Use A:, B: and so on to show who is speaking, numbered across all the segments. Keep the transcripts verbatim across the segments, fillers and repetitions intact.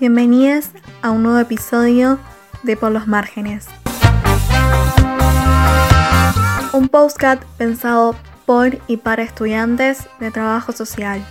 A: Bienvenidos a un nuevo episodio de Por los Márgenes. Un podcast pensado por y para estudiantes de trabajo social.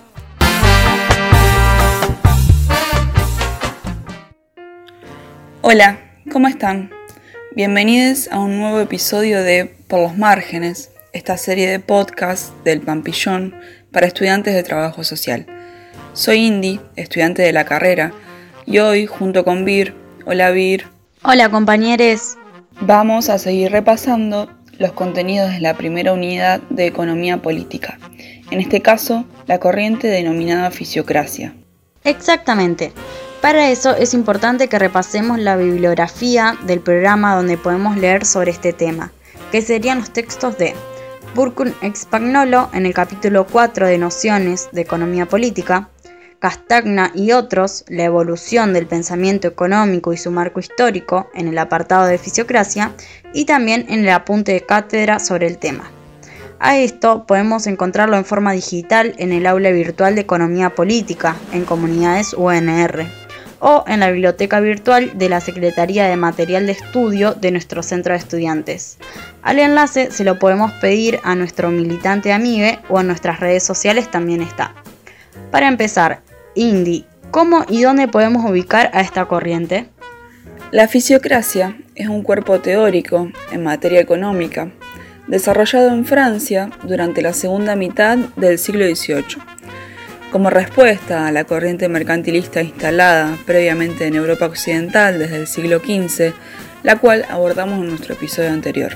B: Hola, ¿cómo están? Bienvenidos a un nuevo episodio de Por los Márgenes, esta serie de podcasts del Pampillón para estudiantes de trabajo social. Soy Indy, estudiante de la carrera, y hoy, junto con Vir, hola Vir.
C: Hola compañeros.
B: Vamos a seguir repasando los contenidos de la primera unidad de Economía Política, en este caso, la corriente denominada Fisiocracia.
C: Exactamente. Para eso es importante que repasemos la bibliografía del programa donde podemos leer sobre este tema, que serían los textos de Burkun e Spagnolo en el capítulo cuatro de Nociones de Economía Política, Castagna y otros, la evolución del pensamiento económico y su marco histórico en el apartado de Fisiocracia y también en el apunte de cátedra sobre el tema. A esto podemos encontrarlo en forma digital en el aula virtual de Economía Política en Comunidades U N R o en la biblioteca virtual de la Secretaría de Material de Estudio de nuestro centro de estudiantes. Al enlace se lo podemos pedir a nuestro militante amigue o en nuestras redes sociales también está. Para empezar, Indy, ¿cómo y dónde podemos ubicar a esta corriente?
B: La fisiocracia es un cuerpo teórico en materia económica, desarrollado en Francia durante la segunda mitad del siglo dieciocho, como respuesta a la corriente mercantilista instalada previamente en Europa Occidental desde el siglo quince, la cual abordamos en nuestro episodio anterior.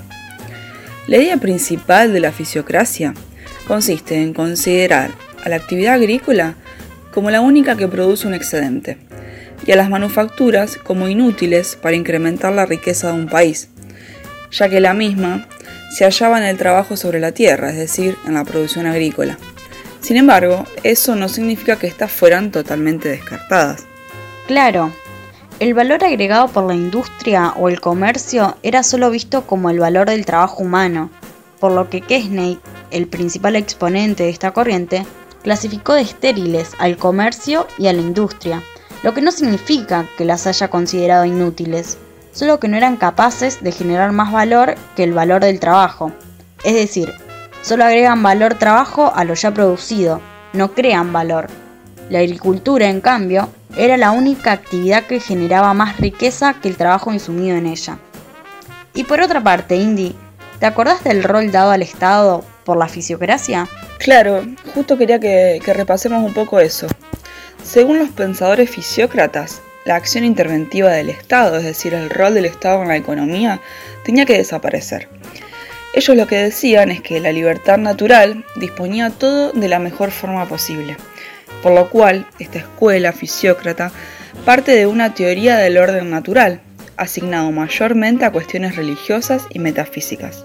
B: La idea principal de la fisiocracia consiste en considerar a la actividad agrícola como la única que produce un excedente, y a las manufacturas como inútiles para incrementar la riqueza de un país, ya que la misma se hallaba en el trabajo sobre la tierra, es decir, en la producción agrícola. Sin embargo, eso no significa que éstas fueran totalmente descartadas.
C: Claro, el valor agregado por la industria o el comercio era solo visto como el valor del trabajo humano, por lo que Quesnay, el principal exponente de esta corriente, clasificó de estériles al comercio y a la industria, lo que no significa que las haya considerado inútiles, solo que no eran capaces de generar más valor que el valor del trabajo. Es decir, solo agregan valor trabajo a lo ya producido, no crean valor. La agricultura, en cambio, era la única actividad que generaba más riqueza que el trabajo insumido en ella. Y por otra parte, Indy, ¿te acordás del rol dado al Estado por la fisiocracia?
B: Claro, justo quería que, que repasemos un poco eso. Según los pensadores fisiócratas, la acción interventiva del Estado, es decir, el rol del Estado en la economía, tenía que desaparecer. Ellos lo que decían es que la libertad natural disponía todo de la mejor forma posible, por lo cual esta escuela fisiócrata parte de una teoría del orden natural, asignado mayormente a cuestiones religiosas y metafísicas.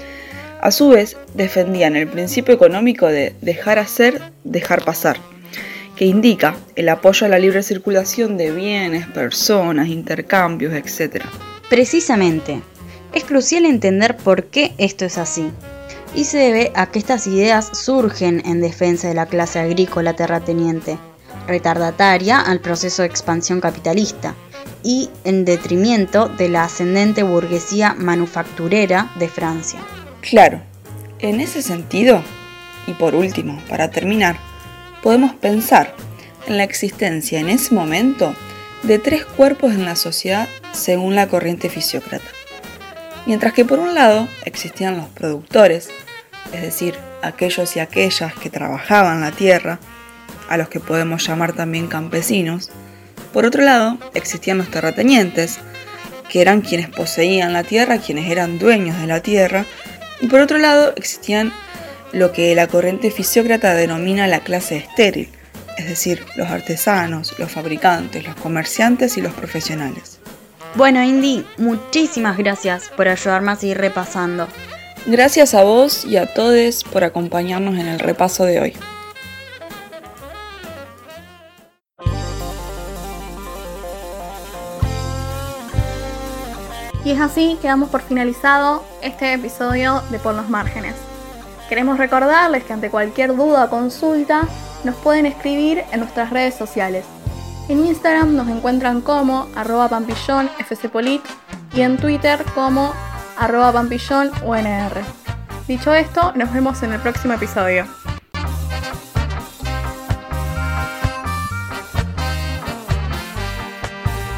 B: A su vez, defendían el principio económico de dejar hacer, dejar pasar, que indica el apoyo a la libre circulación de bienes, personas, intercambios, etcétera.
C: Precisamente, es crucial entender por qué esto es así, y se debe a que estas ideas surgen en defensa de la clase agrícola terrateniente, retardataria al proceso de expansión capitalista, y en detrimento de la ascendente burguesía manufacturera de Francia.
B: Claro, en ese sentido, y por último, para terminar, podemos pensar en la existencia en ese momento de tres cuerpos en la sociedad según la corriente fisiócrata. Mientras que por un lado existían los productores, es decir, aquellos y aquellas que trabajaban la tierra, a los que podemos llamar también campesinos. Por otro lado existían los terratenientes, que eran quienes poseían la tierra, quienes eran dueños de la tierra, y por otro lado existían lo que la corriente fisiócrata denomina la clase estéril, es decir, los artesanos, los fabricantes, los comerciantes y los profesionales.
C: Bueno, Indy, muchísimas gracias por ayudarme a seguir repasando.
B: Gracias a vos y a todos por acompañarnos en el repaso de hoy.
A: Y es así que damos por finalizado este episodio de Por los Márgenes. Queremos recordarles que ante cualquier duda o consulta nos pueden escribir en nuestras redes sociales. En Instagram nos encuentran como arroba pampillón fcpolit y en Twitter como arroba pampillón unr. Dicho esto, nos vemos en el próximo episodio.